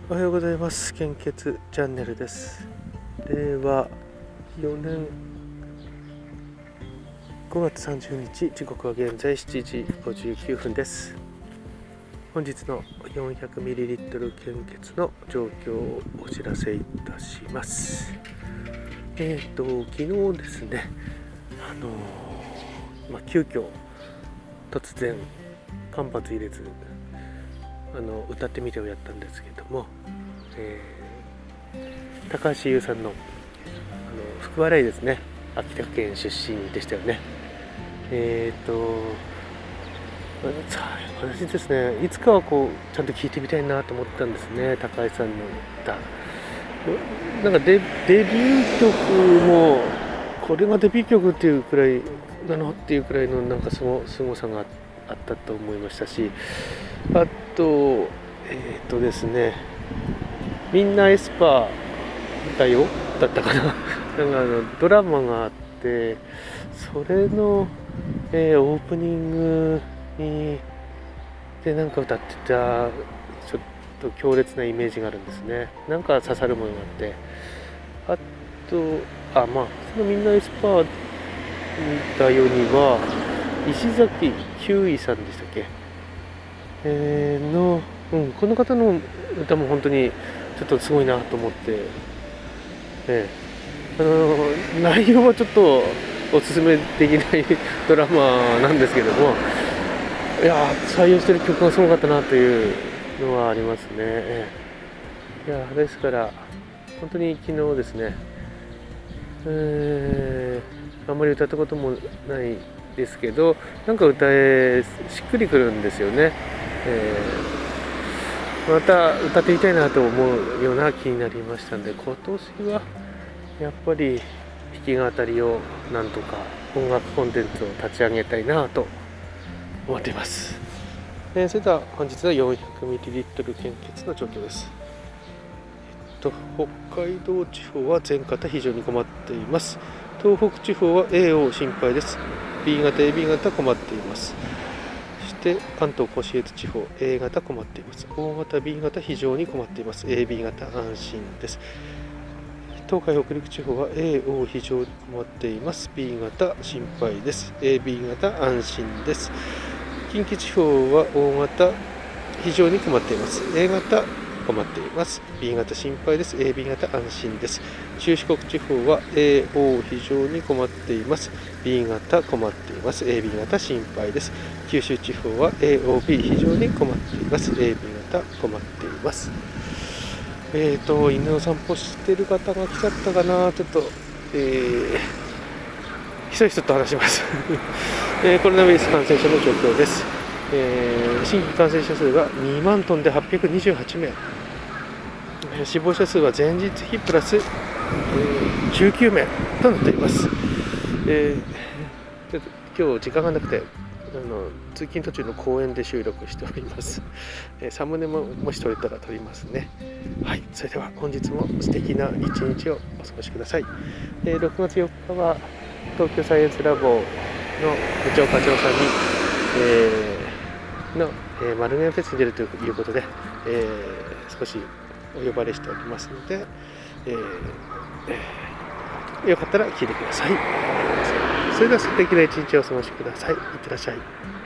おはようございます。献血チャンネルです。令和4年5月30日、時刻は現在7時59分です。本日の 400ml 献血の状況をお知らせいたします。昨日ですね、急遽突然間髪入れず歌ってみてをやったんですけども、高橋優さんの福笑いですね、秋田県出身でしたよね。私ですね、いつかはちゃんと聴いてみたいなと思ったんですね、高橋さんの歌。なんかデビュー曲もこれがデビュー曲っていうくらいなのっていうくらいのなんかすごさがあったと思いましたし、あとですね、みんなエスパーだよだったかななんかドラマがあって、それの、オープニングでなんか歌ってたちょっと強烈なイメージがあるんですね。なんか刺さるものがあって、あとそのみんなエスパーだよには石崎ひゅういさんでしたっけ、この方の歌も本当にちょっとすごいなと思って、内容はちょっとおすすめできないドラマなんですけども、いや採用してる曲がすごかったなというのはありますね。いやですから本当に昨日ですね、あんまり歌ったこともないですけど、なんかしっくりくるんですよね。また歌ってみたいなと思うような気になりましたので、今年はやっぱり弾き語りをなんとか音楽コンテンツを立ち上げたいなと思っています。それでは本日の 400ml 献血の状況です。北海道地方は全型非常に困っています。東北地方は AO 心配です。B 型 AB 型困っています。そして関東甲信越地方 A 型困っています。O 型 B 型非常に困っています。 AB 型安心です。東海北陸地方は AO 非常に困っています。 B 型心配です。 AB 型安心です。近畿地方は O 型非常に困っています。 A 型困っています。 B 型心配です。 AB 型安心です。中四国地方は AO 非常に困っています。 B 型困っています。 AB 型心配です。九州地方は AOB 非常に困っています。 AB 型困っています。犬の散歩してる方が来ちゃったかな。ちょっとひそひそと話しますコロナウイルス感染症の状況です。新規感染者数が2万トンで828名、死亡者数は前日比プラス、19名となっています。今日時間がなくて通勤途中の公園で収録しております。サムネももし撮れたら撮りますね。はい、それでは本日も素敵な一日をお過ごしください。6月4日は東京サイエンスラボの部長課長さんに、丸源フェスに出るということで、少しお呼ばれしておりますので、よかったら聞いてください。それでは素敵な一日をお過ごしください。いってらっしゃい。